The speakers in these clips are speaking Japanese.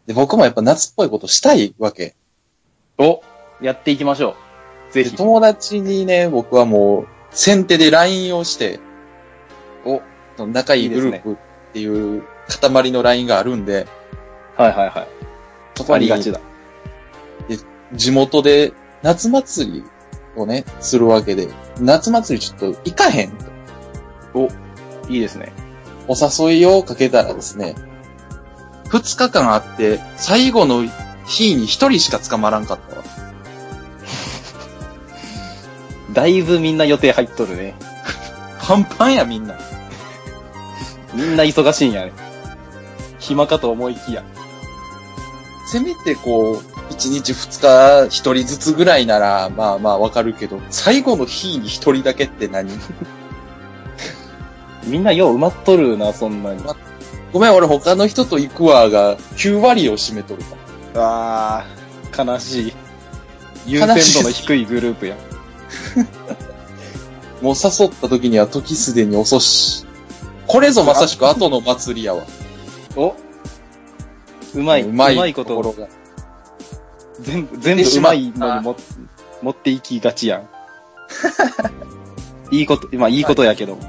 で、僕もやっぱ夏っぽいことしたいわけ。 お、やっていきましょう。ぜひ。 友達にね、僕はもう、先手で LINE をして、仲いいグループっていう塊の LINE があるんで、 はいはいはい。 そこにありがちだ。 で、地元で夏祭りをね、するわけで、夏祭りちょっと行かへんと。 お、いいですね。 お誘いをかけたらですね、2日間あって、最後の日に1人しか捕まらんかったわ。 だいぶみんな予定入っとるね。 パンパンやみんな。 みんな忙しいんやね。暇かと思いきや。 せめてこう、1日2日1人ずつぐらいなら、まあまあわかるけど、最後の日に1人だけって何？ みんなよう埋まっとるな、そんなに。 ごめん、俺他の人と行くわが9割を占めとるかあー、悲しい。優先度の低いグループや。 もう誘った時には時すでに遅し。これぞまさしく後の祭りやわ。 お、うまい。うまいことろが。 全部うまいのに持っていきがちやん。いいこと、まあいいことやけど。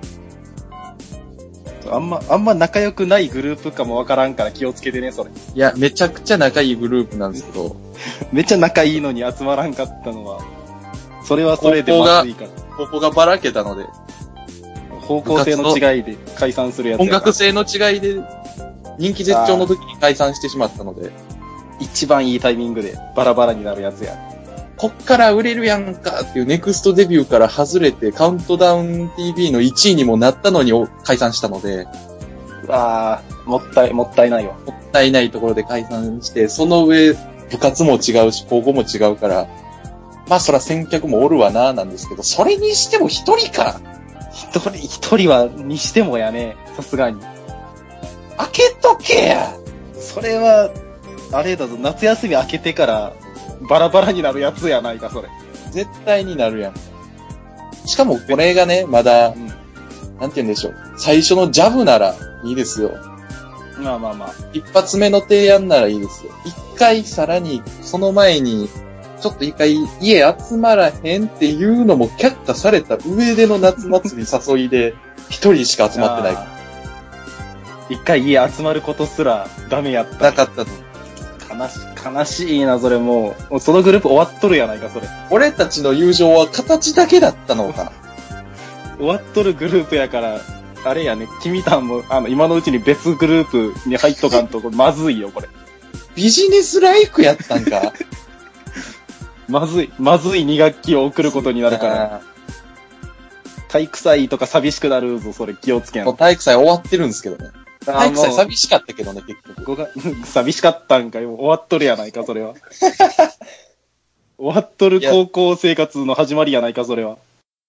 あんま仲良くないグループかもわからんから気をつけてね、それ。 いや、めちゃくちゃ仲いいグループなんですけど。 めっちゃ仲いいのに集まらんかったのは、それはそれでまずいから。 ここがばらけたので。 方向性の違いで解散するやつや。 音楽性の違いで、人気絶頂の時に解散してしまったので。 一番いいタイミングでバラバラになるやつや。 こっから売れるやんかっていうネクストデビューから外れてカウントダウン TV の1位にもなったのに解散したので。 あー、もったいないわ。 もったいないところで解散して、その上、部活も違うし、高校も違うから、まあそら先客もおるわな、なんですけど、それにしても一人か。 一人は、にしてもやね、さすがに。 開けとけや。 それは、あれだぞ、夏休み明けてから、バラバラになるやつやないか、それ。 絶対になるやん。しかもこれがね、まだ、なんて言うんでしょう。最初のジャブならいいですよ。 まあまあまあ。 一発目の提案ならいいですよ。一回さらに、その前に、ちょっと一回家集まらへんっていうのも却下された上での夏祭り誘いで、一人しか集まってない。 一回家集まることすらダメやった。 なかったと。 悲しいな、それもう。そのグループ終わっとるやないか、それ。 俺たちの友情は形だけだったのか。 終わっとるグループやから、あれやね、君たんも、今のうちに別グループに入っとかんと、まずいよ、これ。 ビジネスライクやったんか。 まずい2学期を送ることになるから。体育祭とか寂しくなるぞ、それ気をつけん。 体育祭終わってるんですけどね。体育祭寂しかったけどね、結局。 寂しかったんかよ。終わっとるやないか、それは。終わっとる高校生活の始まりやないか、それは。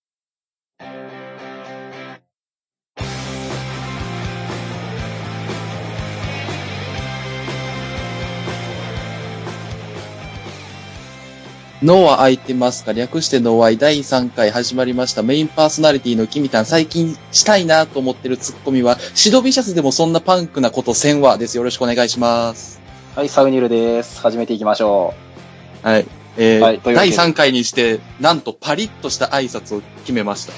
脳は空いてますか？略して脳愛第3回始まりました。メインパーソナリティのキミタン、最近したいなと思ってるツッコミは、シドビシャスでもそんなパンクなことせんわです。よろしくお願いします。 はい、サウニルです。始めていきましょう。はい。はい、第3回にして、なんとパリッとした挨拶を決めました。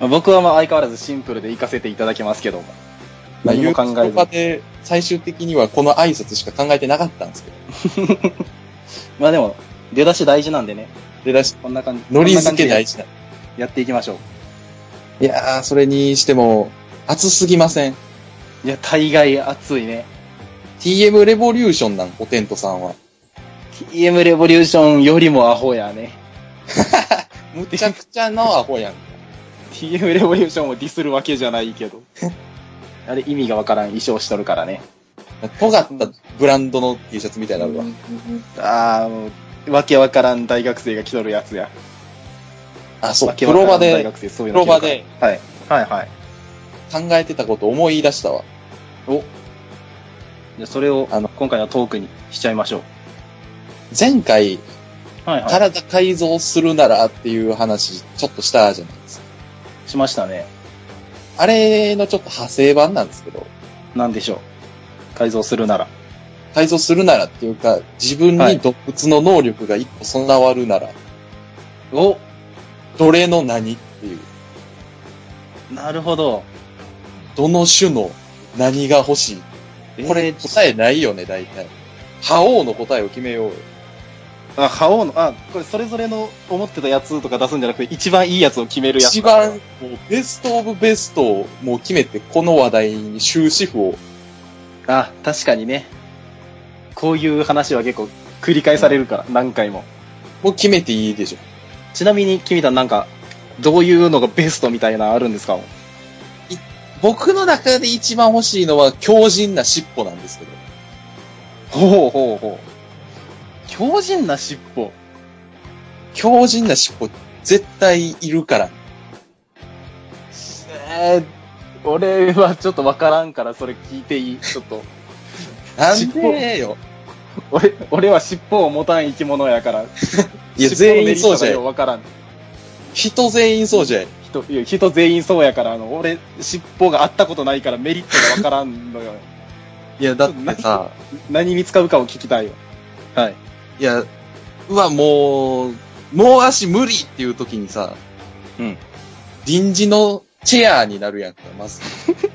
僕は相変わらずシンプルで行かせていただきますけど。 何も考えず。で最終的にはこの挨拶しか考えてなかったんですけど。 まあでも、出だし大事なんでね。 出だし。 こんな感じ。 ノリ付け大事だ。 やっていきましょう。いやー、それにしても、熱すぎません？ いや、大概熱いね。 TM レボリューションなん、おテントさんは。 TM レボリューションよりもアホやね。 むちゃくちゃのアホやん。 TM レボリューションをディスるわけじゃないけど。あれ意味がわからん衣装しとるからね。 尖ったブランドの T シャツみたいなのが。 ああ、もう、わけわからん大学生が着とるやつや。 あ、そう、プロ場で、 プロ場で、はい。はいはい。 考えてたこと思い出したわ。 お。じゃそれを、今回のトークにしちゃいましょう。 前回、 はいはい、 体改造するならっていう話、ちょっとしたじゃないですか。 しましたね。 あれのちょっと派生版なんですけど。 なんでしょう。 改造するなら。 改造するならっていうか、自分に動物の能力が一個備わるなら、 お、 どれの何っていう。 なるほど。 どの種の何が欲しい。これ答えないよね、大体。覇王の答えを決めようよ。 あ、覇王の、あ、これそれぞれの思ってたやつとか出すんじゃなくて、一番いいやつを決めるやつ。 一番、もうベストオブベストをもう決めて、この話題に終止符を。 あ、確かにね。こういう話は結構繰り返されるから、何回も。 もう決めていいでしょ。 ちなみに、君たんなんか、どういうのがベストみたいなのあるんですか？ 僕の中で一番欲しいのは強靭な尻尾なんですけど。 ほうほうほう。強靭な尻尾。 強靭な尻尾、絶対いるから。 俺はちょっとわからんから、それ聞いていい？ちょっと。 なんでよ。 俺は尻尾を持たん生き物やから。 いや、全員そうじゃん。 わからん。 人全員そうじゃん。 人全員そうやから、俺、尻尾があったことないからメリットがわからんのよ。 いや、だってさ、 何に使うかを聞きたいよ。はい。 いや、もう足無理っていう時にさ、 うん。 臨時のチェアになるやんか、まず。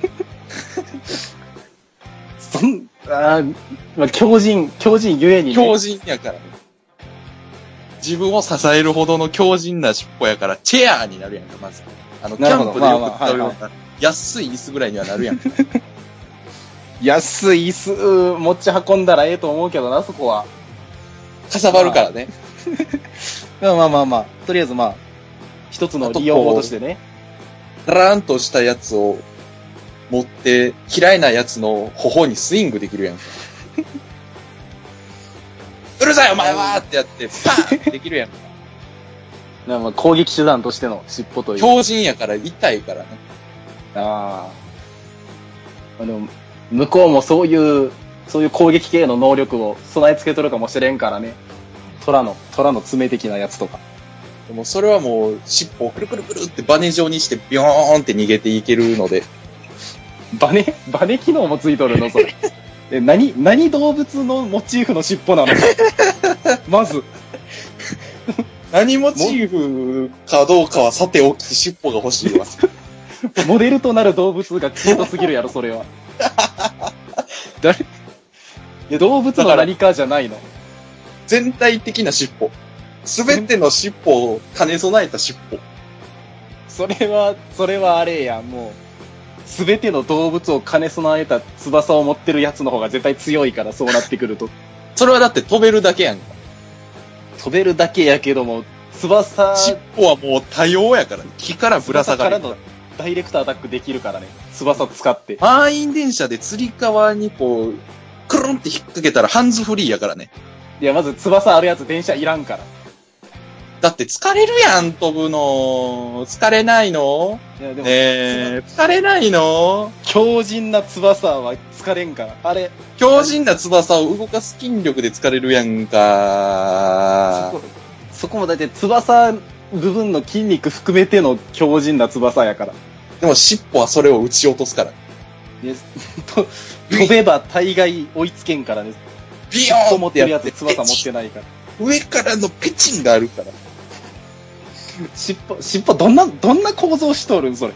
まあ、強靭ゆえにね。 強靭やからね。自分を支えるほどの強靭な尻尾やから、チェアになるやんか、まず。キャンプでよく使うような、安い椅子ぐらいにはなるやんか。 安い椅子、持ち運んだらええと思うけどな、そこは。 かさばるからね。 まあ。とりあえずまあ、一つの利用法としてね。 ダラーンとしたやつを持って、嫌いなやつの頬にスイングできるやんか。うるさいお前はってやって、パーンってできるやんか。 まあ攻撃手段としての尻尾という。 強靭やから痛いからね。 ああ。でも、向こうもそういう攻撃系の能力を備え付けとるかもしれんからね。虎の爪的なやつとか。 でもそれはもう、尻尾をくるくるくるってバネ状にしてビョーンって逃げていけるので。 バネ機能もついとるのそれ。何動物のモチーフの尻尾なのまず。 何モチーフかどうかはさておき、尻尾が欲しいわ。 モデルとなる動物がキュートすぎるやろ、それは。動物の何かじゃないの。 全体的な尻尾。すべての尻尾を兼ね備えた尻尾。 それはあれやん、もう。すべての動物を兼ね備えた翼を持ってるやつの方が絶対強いから、そうなってくると。 それはだって飛べるだけやんか。 飛べるだけやけども、尻尾はもう多様やからね。木からぶら下がる。 からのダイレクトアタックできるからね。翼使って。 満員電車で吊り革にこう、くるんって引っ掛けたらハンズフリーやからね。 いや、まず翼あるやつ電車いらんから。 だって疲れるやん、飛ぶの。疲れないの？ いやでも疲れないの？ 強靭な翼は疲れんから。あれ。 強靭な翼を動かす筋力で疲れるやんか。 そこもだって翼部分の筋肉含めての強靭な翼やから。 でも尻尾はそれを撃ち落とすから。 飛べば大概追いつけんからね。 ビヨーンって持ってるやつ翼持ってないから。 上からのペチンがあるから。 尻尾どんな構造しとるんそれ。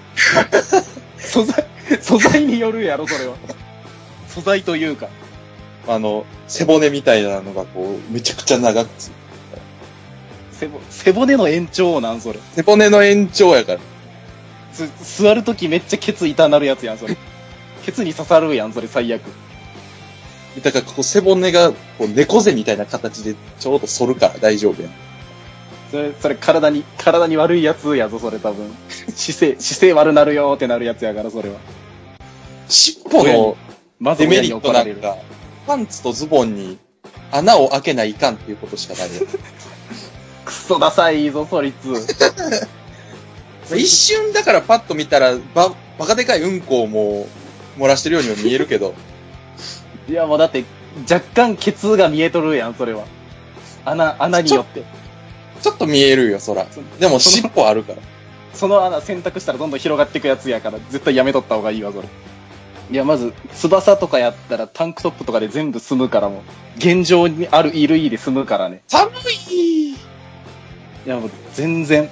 素材によるやろ、それは。素材というか。 背骨みたいなのがこう、めちゃくちゃ長くついて背骨の延長なんそれ。 背骨の延長やから。 座るときめっちゃケツ痛なるやつやん、それ。ケツに刺さるやん、それ最悪。 だからここ背骨がこう猫背みたいな形でちょうど反るから大丈夫やん。 それ体に悪いやつやぞ、それ多分。姿勢悪なるよーってなるやつやから、それは。 尻尾のデメリットなんるか、パンツとズボンに穴を開けないかんっていうことしかないよ。 クソダサいぞ、そいつ。 一瞬だからパッと見たら、バカでかいうんこをもう漏らしてるようにも見えるけど。 いやもうだって若干ケツが見えとるやん、それは。穴によって。 ちょっと見えるよ、そら。でも尻尾あるから。 その穴選択したらどんどん広がっていくやつやから、絶対やめとった方がいいわ、それ。 いや、まず、翼とかやったらタンクトップとかで全部済むからもう、現状にある衣類で済むからね。 寒い。 いや、もう全然、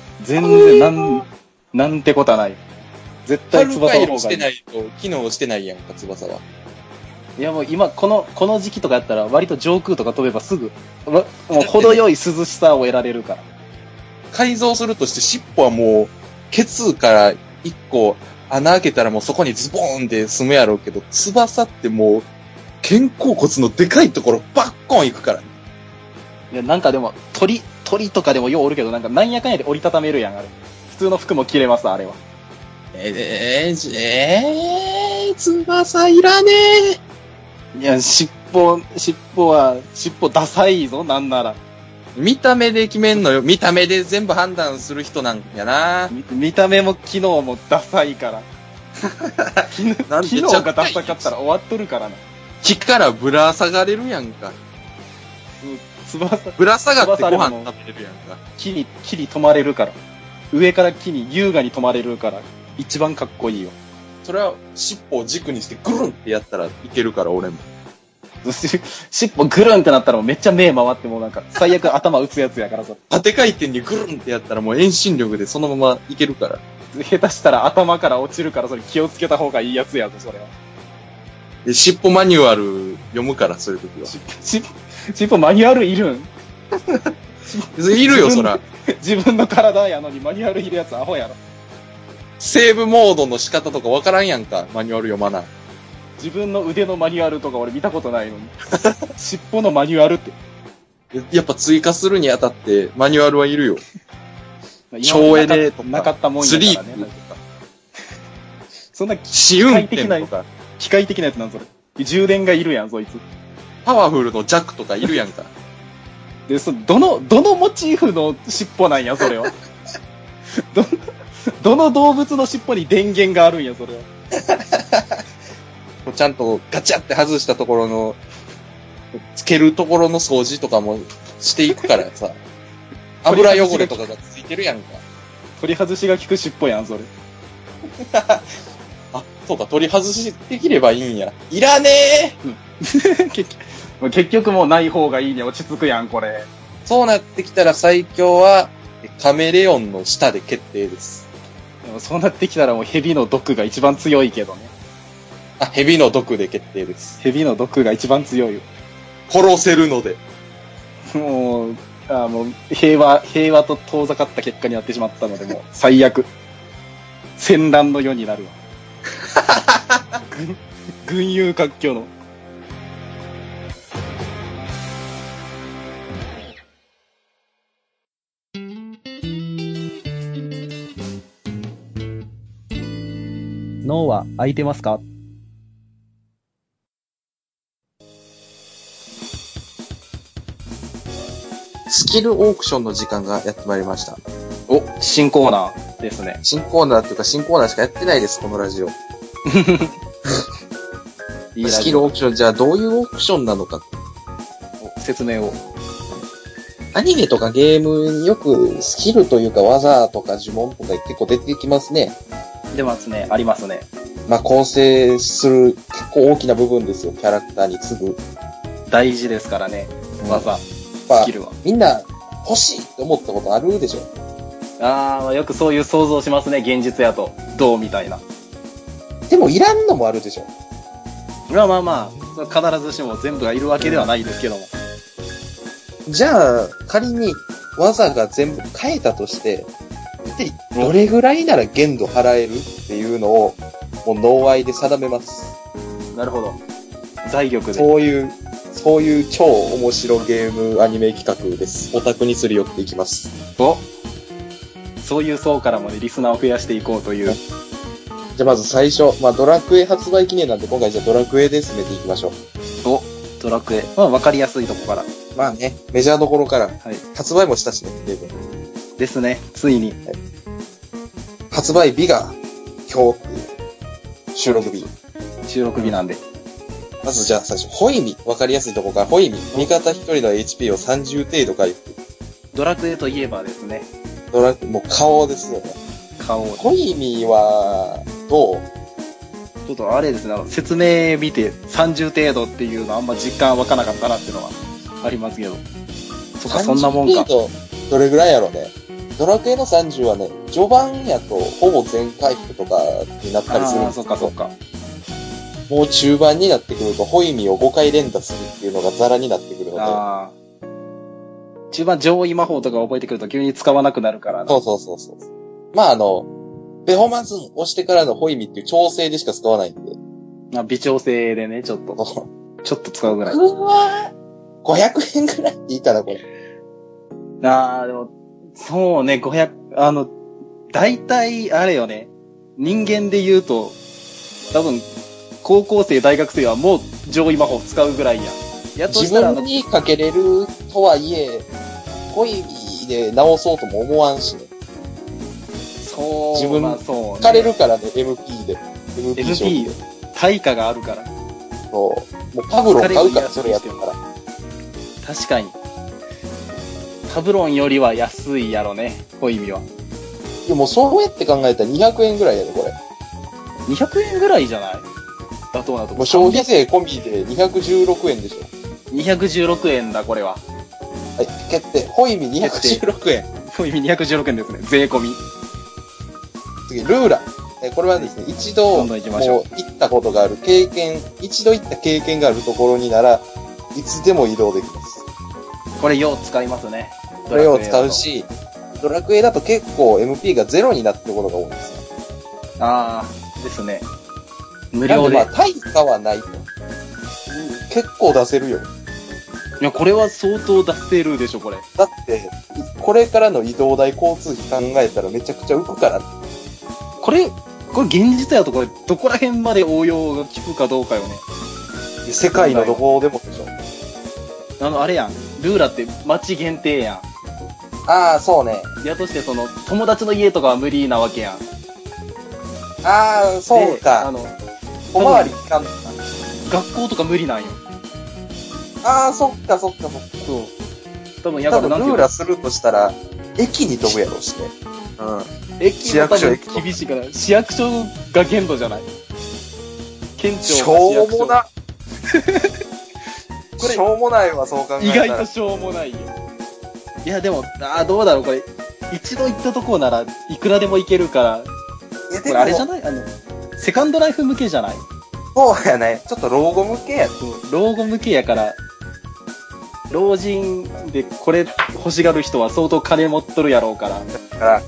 なんてことはない。絶対春翼の方が回路してないと、機能してないやんか、翼は。 いやもう今、この時期とかやったら割と上空とか飛べばすぐ、もう程よい涼しさを得られるから。 改造するとして尻尾はもう、ケツから一個穴開けたらもうそこにズボーンで済むやろうけど、翼ってもう、肩甲骨のでかいところバッコン行くから。 いや、なんかでも、鳥とかでもようおるけど、なんやかんやで折りたためるやん、あれ。普通の服も着れます、あれは。 翼いらねえ。 いや、尻尾ダサいぞ、なんなら。 見た目で決めんのよ。見た目で全部判断する人なんやな。 見た目も機能もダサいから。 なんで機能がダサかったら終わっとるからな。 木からぶら下がれるやんか。 翼、 ぶら下がってご飯食べれるやんか。 木に止まれるから。上から木に優雅に止まれるから、一番かっこいいよ。 それは尻尾を軸にしてグルンってやったらいけるから俺も。 尻尾グルンってなったらもうめっちゃ目回ってもうなんか最悪頭打つやつやからさ。 縦回転にグルンってやったらもう遠心力でそのままいけるから。 下手したら頭から落ちるからそれ気をつけた方がいいやつやぞ、それは。 で、尻尾マニュアル読むから、そういう時は。 尻尾マニュアルいるんいるよ、そら。 自分の体やのにマニュアルいるやつアホやろ。 セーブモードの仕方とかわからんやんか、マニュアル読まない。 自分の腕のマニュアルとか俺見たことないのに。尻尾のマニュアルって。 やっぱ追加するにあたってマニュアルはいるよ。省エネとか、 なかったもんやからね。 スリープとか、 そんな試運転とか、 機械的なやつなんそれ。充電がいるやん、そいつ。 パワフルの弱とかいるやんか。 で、どのモチーフの尻尾なんや、それは。どの動物の尻尾に電源があるんや、それは。 ちゃんとガチャって外したところの、つけるところの掃除とかもしていくからさ、油汚れとかがついてるやんか。 取り外しが効く尻尾やん、それ。 あ、そうか、取り外しできればいいんや。いらね結局もうない方がいいに落ち着くやん、これ。 そうなってきたら最強は、カメレオンの下で決定です。 でもそうなってきたらもう蛇の毒が一番強いけどね。 あ、蛇の毒で決定です。 蛇の毒が一番強いよ。 殺せるので。 もう平和と遠ざかった結果になってしまったので、もう最悪。戦乱の世になるわ。群雄割拠の。脳は空いてますか？ スキルオークションの時間がやってまいりました。 お、新コーナーですね。 新コーナーっていうか新コーナーしかやってないです、このラジオ。 いいラジオ。 スキルオークション、じゃあどういうオークションなのか。 説明を。 アニメとかゲームによくスキルというか技とか呪文とか結構出てきますね。 出ますね。ありますね。 まあ構成する結構大きな部分ですよ、キャラクターに次ぐ。 大事ですからね。技、スキルは。 みんな欲しいって思ったことあるでしょ。 よくそういう想像しますね。現実やと。どうみたいな。 でもいらんのもあるでしょ。 まあ、必ずしも全部がいるわけではないですけども。 じゃあ、仮に技が全部変えたとして、どれぐらいなら限度払えるっていうのを、もう脳愛で定めます。 なるほど。財力で。 そういう超面白ゲームアニメ企画です。オタクにすり寄っていきます。 そういう層からもね、リスナーを増やしていこうという。 じゃあまず最初、ドラクエ発売記念なんで今回じゃあドラクエで進めていきましょう。 ドラクエ。わかりやすいとこから。 まあね、メジャーどころから。 はい。 発売もしたしね、ゲーム。 ですね、ついに。 はい、発売日が今日っていう収録日。 収録日なんで。 まずじゃあ最初、ホイミ。わかりやすいとこから、ホイミ。味方一人の HP を30程度回復。 ドラクエといえばですね。 もう顔ですよね。 顔。 ホイミは、どうちょっとあれですね、説明見て30程度っていうのあんま実感湧かなかったなっていうのはありますけど。そっか、そんなもんか。 30程度どれぐらいやろね。ドラクエの30はね、序盤やとほぼ全回復とかになったりするんですけど。 そっかそっか。 もう中盤になってくると、ホイミを5回連打するっていうのがザラになってくるので。 中盤上位魔法とか覚えてくると急に使わなくなるからな。 そう。まあペフォーマンス押してからのホイミっていう調整でしか使わないんで。 微調整でね、ちょっと使うぐらい。 500円ぐらいでいいかな、これ。 でも、そうね、大体、あれよね。人間で言うと、多分、高校生、大学生はもう上位魔法使うぐらいや。 自分にかけれるとはいえ、ホイミで直そうとも思わんしね。 そう、 自分、 そう、 かれるからね、MP で。 MP、対価があるから。 そう。もうパブロン買うから、それやったら。 確かに。パブロンよりは安いやろね、ホイミは。 いや、もうそうやって考えたら200円ぐらいやで、これ。 200円ぐらいじゃないだとなと。 もう消費税込みで216円でしょ。 216円だ、これは。 はい、決定。ホイミ216円。 ホイミ216円ですね、税込み。 次、ルーラ。これはですね、一度、もう行ったことがある一度行った経験があるところになら、いつでも移動できます。 これよう使いますね。 これよう使うし、ドラクエだと結構 MP がゼロになってることが多いんですよ。 ですね。無料で。 まあ、対価はないと。結構出せるよ。 いや、これは相当出せるでしょ、これ。 だって、これからの移動代交通費考えたらめちゃくちゃ浮くから。 これ現実やとこれ、どこら辺まで応用が効くかどうかよね。 世界のどこでもでしょ。 あれやん。ルーラって街限定やん。 そうね。 やとして友達の家とかは無理なわけやん。 そうか。小回りかんのか。 学校とか無理なんよ。 そっか。そう。 多分ルーラするとしたら、駅に飛ぶやろして。 駅も多分厳しいから、市役所が限度じゃない県庁が市役所。 しょうもな。しょうもないわ、そう考えたら。 意外としょうもないよ。いや、でも、どうだろう、これ。一度行ったとこならいくらでも行けるから。これあれじゃないセカンドライフ向けじゃないそうやね。ちょっと老後向けや。 老後向けやから、老人でこれ欲しがる人は相当金持っとるやろうから。 だから、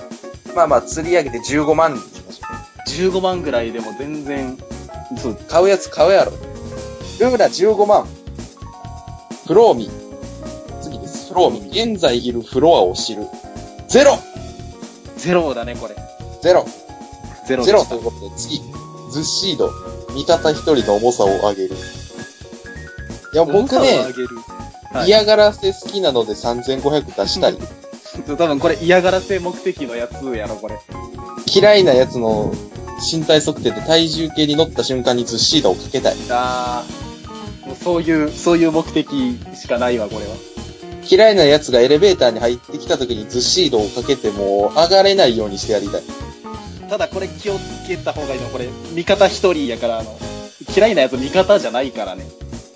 まあ、釣り上げて15万にしましょう。15万ぐらいでも全然、 買うやつ買うやろ。ルーラ15万。フローミ。次です。フローミ。現在いるフロアを知る。ゼロだね、これ。 ゼロということで、次。ズッシード。味方一人の重さを上げる。いや、僕ね、嫌がらせ好きなので3500出したい。 多分これ嫌がらせ目的のやつやろ、これ。 嫌いなやつの身体測定で体重計に乗った瞬間にズッシードをかけたい。 もうそういう目的しかないわ、これは。 嫌いなやつがエレベーターに入ってきた時にズッシードをかけても上がれないようにしてやりたい。 ただこれ気をつけた方がいいのは、これ、味方一人やから、嫌いなやつ味方じゃないからね。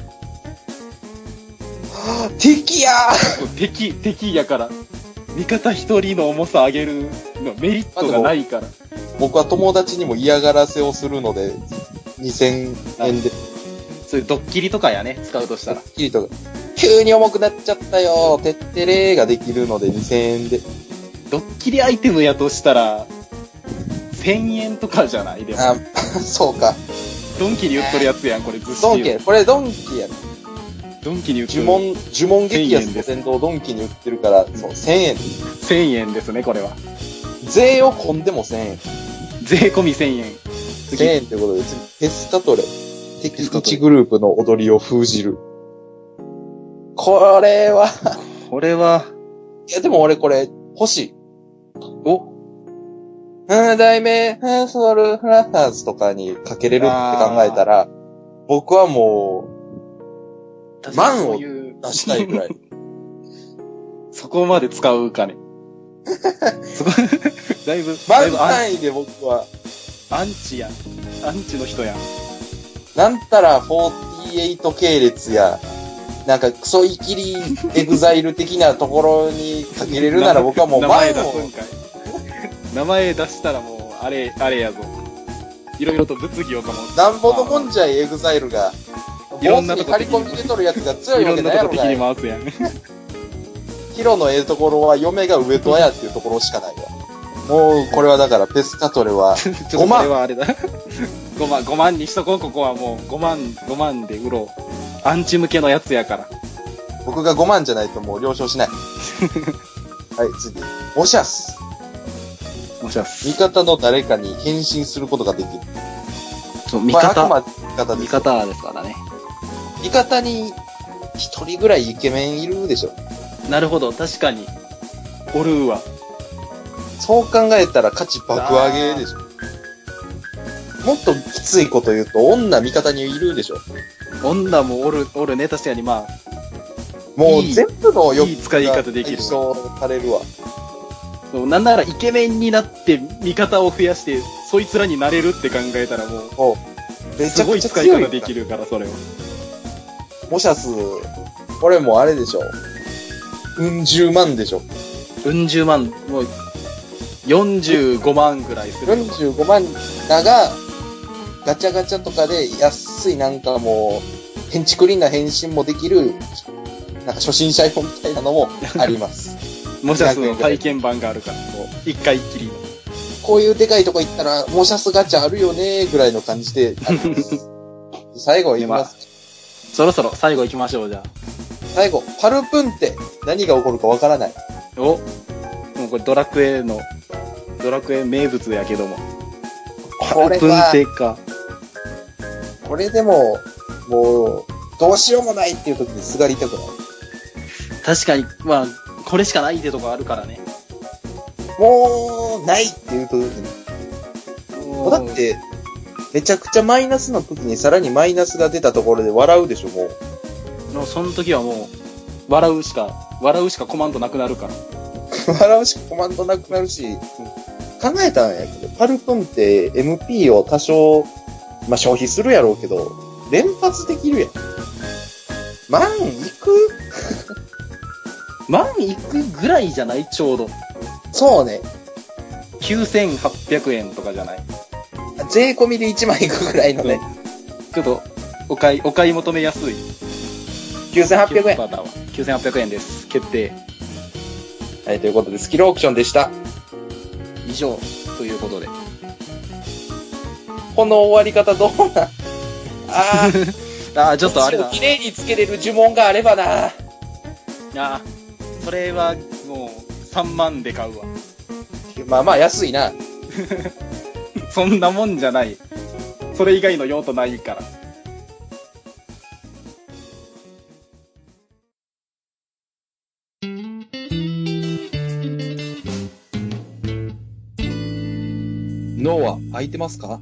敵やー敵やから。味方一人の重さ上げるのメリットがないから。 僕は友達にも嫌がらせをするので、2000円で。 そういうドッキリとかやね、使うとしたら。 ドッキリとか。急に重くなっちゃったよてってれーができるので2000円で。 ドッキリアイテムやとしたら、1000円とかじゃないでも。 そうか。 ドンキに売っとるやつやん、これずっと。 これドンキやね。 ドンキに売ってる。 呪文激安の先導ドンキに売ってるから、そう、1000円。 1000円ですね、これは。 税を込んでも1000円。 税込み1000円。 1000円ということで、次、ペスカトレ。敵1グループの踊りを封じる。これは。いや、でも俺これ、欲しい。題名、ソウルフラッハーズとかにかけれるって考えたら、僕はもう、万を出したいぐらい。 そこまで使うかね。だいぶ万単位で僕は。 アンチや。 アンチの人やん。 なんたら48系列や、なんかクソイキリエグザイル的なところにかけれるなら僕はもう名前出前もすんかい。名前出したらもう、あれやぞ。いろいろと物議を醸す。 なんぼのもんじゃいエグザイルが、 いろんなとこ張り込みで取るやつが強いわけいろんなとこ敵にないやろがい。 回すやん。 ヒロのええところは嫁が上戸彩っていうところしかないわ。もう、これはだからペスカトレは、 ちょっとこれはあれだ。5万にしとこう、ここはもう5万で売ろう。アンチ向けのやつやから。 僕が5万じゃないともう了承しない。はい、次。オシャス。 もしやす。 味方の誰かに変身することができる。 そう、 まあ、あくまで味方です。 味方ですからね。 味方に一人ぐらいイケメンいるでしょ。 なるほど、確かに。おるーわ。 そう考えたら価値爆上げでしょ。もっときついこと言うと、女味方にいるでしょ。 女もおるね、確かにまあ。 もう全部のいい使い方できる解消されるわ。 なんならイケメンになって味方を増やして、そいつらになれるって考えたらもう、 めちすごいゃくちゃ強い使い方できるから、それは。 モシャス、これもあれでしょ。10万でしょ。 10万、もう、45万ぐらいする。 45万だが、ガチャガチャとかで安いなんかもう、ペンチクリーンな変身もできる、なんか初心者用みたいなのもあります。 モシャスの体験版があるから、もう、一回きりの。 こういうでかいとこ行ったら、モシャスガチャあるよねぐらいの感じであります。最後言います。 そろそろ最後行きましょう、じゃあ。 最後、パルプンって何が起こるかわからない。 もうこれドラクエ名物やけども。 これ分は、 定か。 これでも、もう、どうしようもないっていう時にすがりたくない。 確かに、まあ、これしかないってとこあるからね。 もう、ないっていう時に。だって、めちゃくちゃマイナスの時にさらにマイナスが出たところで笑うでしょ、もう。 もうその時はもう、笑うしかコマンドなくなるから。 笑うしかコマンドなくなるし、考えたんやけど、パルプンって MP を多少、まあ、消費するやろうけど、連発できるやん。万いく万いくぐらいじゃないちょうど。 そうね。 9800円とかじゃない税込みで1万いくぐらいのね。 ちょっと、お買い求めやすい。 9800円。 パターンは9800円です。決定。 はい、ということで、スキルオークションでした。 以上、ということで。 この終わり方どうなんああ、ちょっとあれだ。 綺麗につけれる呪文があればな。 あ、それはもう3万で買うわ。 まあまあ安いな。 そんなもんじゃない。それ以外の用途ないから。 脳は空いてますか？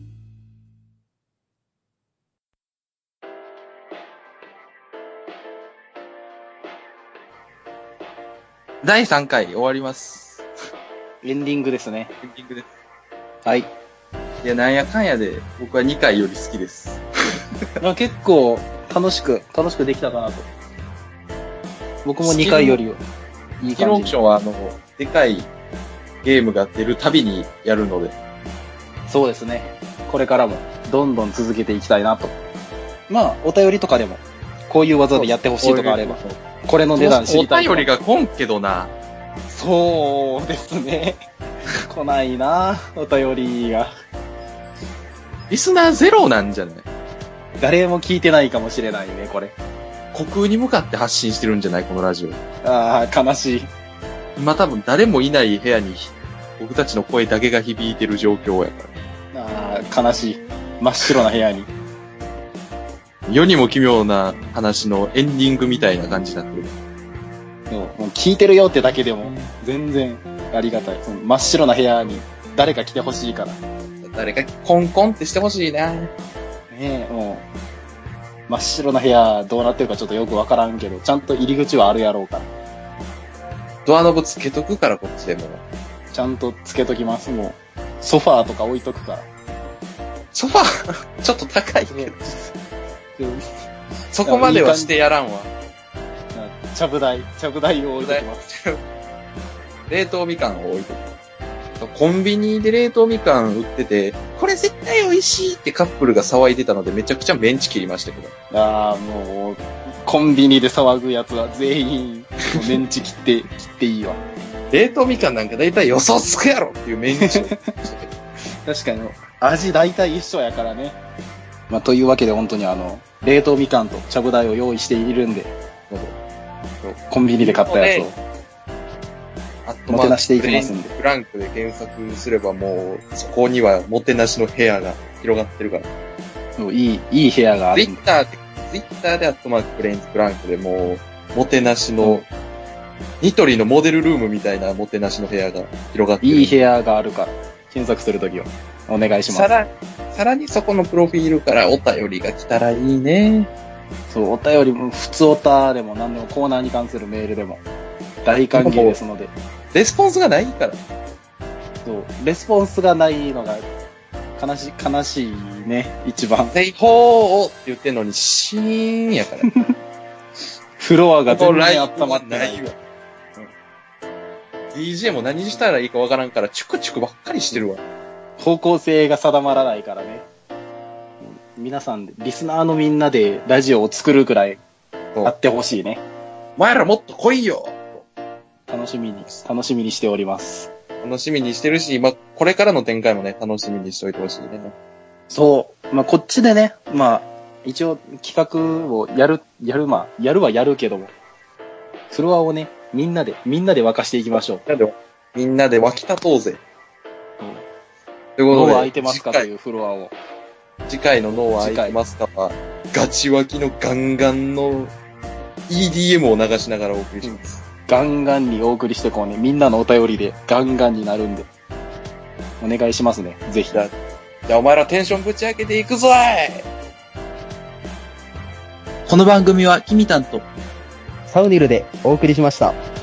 第3回終わります。 エンディングですね。 エンディングです。 はい。 いや、なんやかんやで、僕は2回より好きです。 まあ結構楽しくできたかなと。僕も2回よりいいスキルオー感じ。 クションは、でかいゲームが出るたびにやるので。 そうですね。これからもどんどん続けていきたいなと。まあ、お便りとかでも、こういう技でやってほしいとかあれば、これの値段知りたいとか。 お便りが来んけどな。 そうですね。来ないな、お便りが。 リスナーゼロなんじゃない？ 誰も聞いてないかもしれないね、これ。 虚空に向かって発信してるんじゃないこのラジオ。 ああ、悲しい。 今多分誰もいない部屋に僕たちの声だけが響いてる状況やから。 ああ、悲しい。真っ白な部屋に。 世にも奇妙な話のエンディングみたいな感じになってる。 もう聞いてるよってだけでも、全然ありがたい。その真っ白な部屋に誰か来てほしいから。 誰かコンコンってしてほしいな。 ねえ、もう、真っ白な部屋どうなってるかちょっとよくわからんけど、ちゃんと入り口はあるやろうから。 ドアノブつけとくからこっちでも。 ちゃんとつけときます。もう、ソファーとか置いとくから。 ソファー、ちょっと高いけど。そこまではしてやらんわ。 ちゃぶ台を置いてきます。 冷凍みかんを置いてきます。コンビニで冷凍みかん売ってて、これ絶対美味しいってカップルが騒いでたのでめちゃくちゃメンチ切りましたけど。 もう、コンビニで騒ぐやつは全員、メンチ切っていいわ。 冷凍みかんなんか大体予想つくやろっていうメンチ。 確かに、味大体一緒やからね。まあ、というわけで本当に冷凍みかんとちゃぶ台を用意しているんで、コンビニで買ったやつを。もてなしていきますんで。 フランクで検索すればもう、そこにはもてなしの部屋が広がってるから。 いい部屋がある。 ツイッターでプレインズフランクでもう、もてなしの、ニトリのモデルルームみたいなもてなしの部屋が広がってる。 いい部屋があるから、検索するときは、お願いします。 さらにそこのプロフィールからお便りが来たらいいね。 そう、お便りも、普通おたでも何でもコーナーに関するメールでも、大歓迎ですので。 レスポンスがないから。 そう、レスポンスがないのが悲しいね、一番。 セイホーって言ってんのにシーンやから。 フロアが全然温まってない。 DJ も何したらいいかわからんから、チュクチュクばっかりしてるわ。 方向性が定まらないからね。皆さん、リスナーのみんなでラジオを作るくらいあってほしいね。 お前らもっと来いよ。 楽しみにしております。 楽しみにしてるし、これからの展開もね、楽しみにしておいてほしいね。 そう。こっちでね、一応企画をやるはやるけども、フロアをね、みんなで沸かしていきましょう。 みんなで沸き立とうぜ。 ということで、脳は空いてますかというフロアを。 次回の脳は空いてますかは、ガチ沸きのガンガンの EDM を流しながらお送りします。 ガンガンにお送りしてこうね、みんなのお便りでガンガンになるんで、お願いしますね、ぜひ。 じゃあお前らテンションぶち上げていくぞい。 この番組はキミタンとサウニルでお送りしました。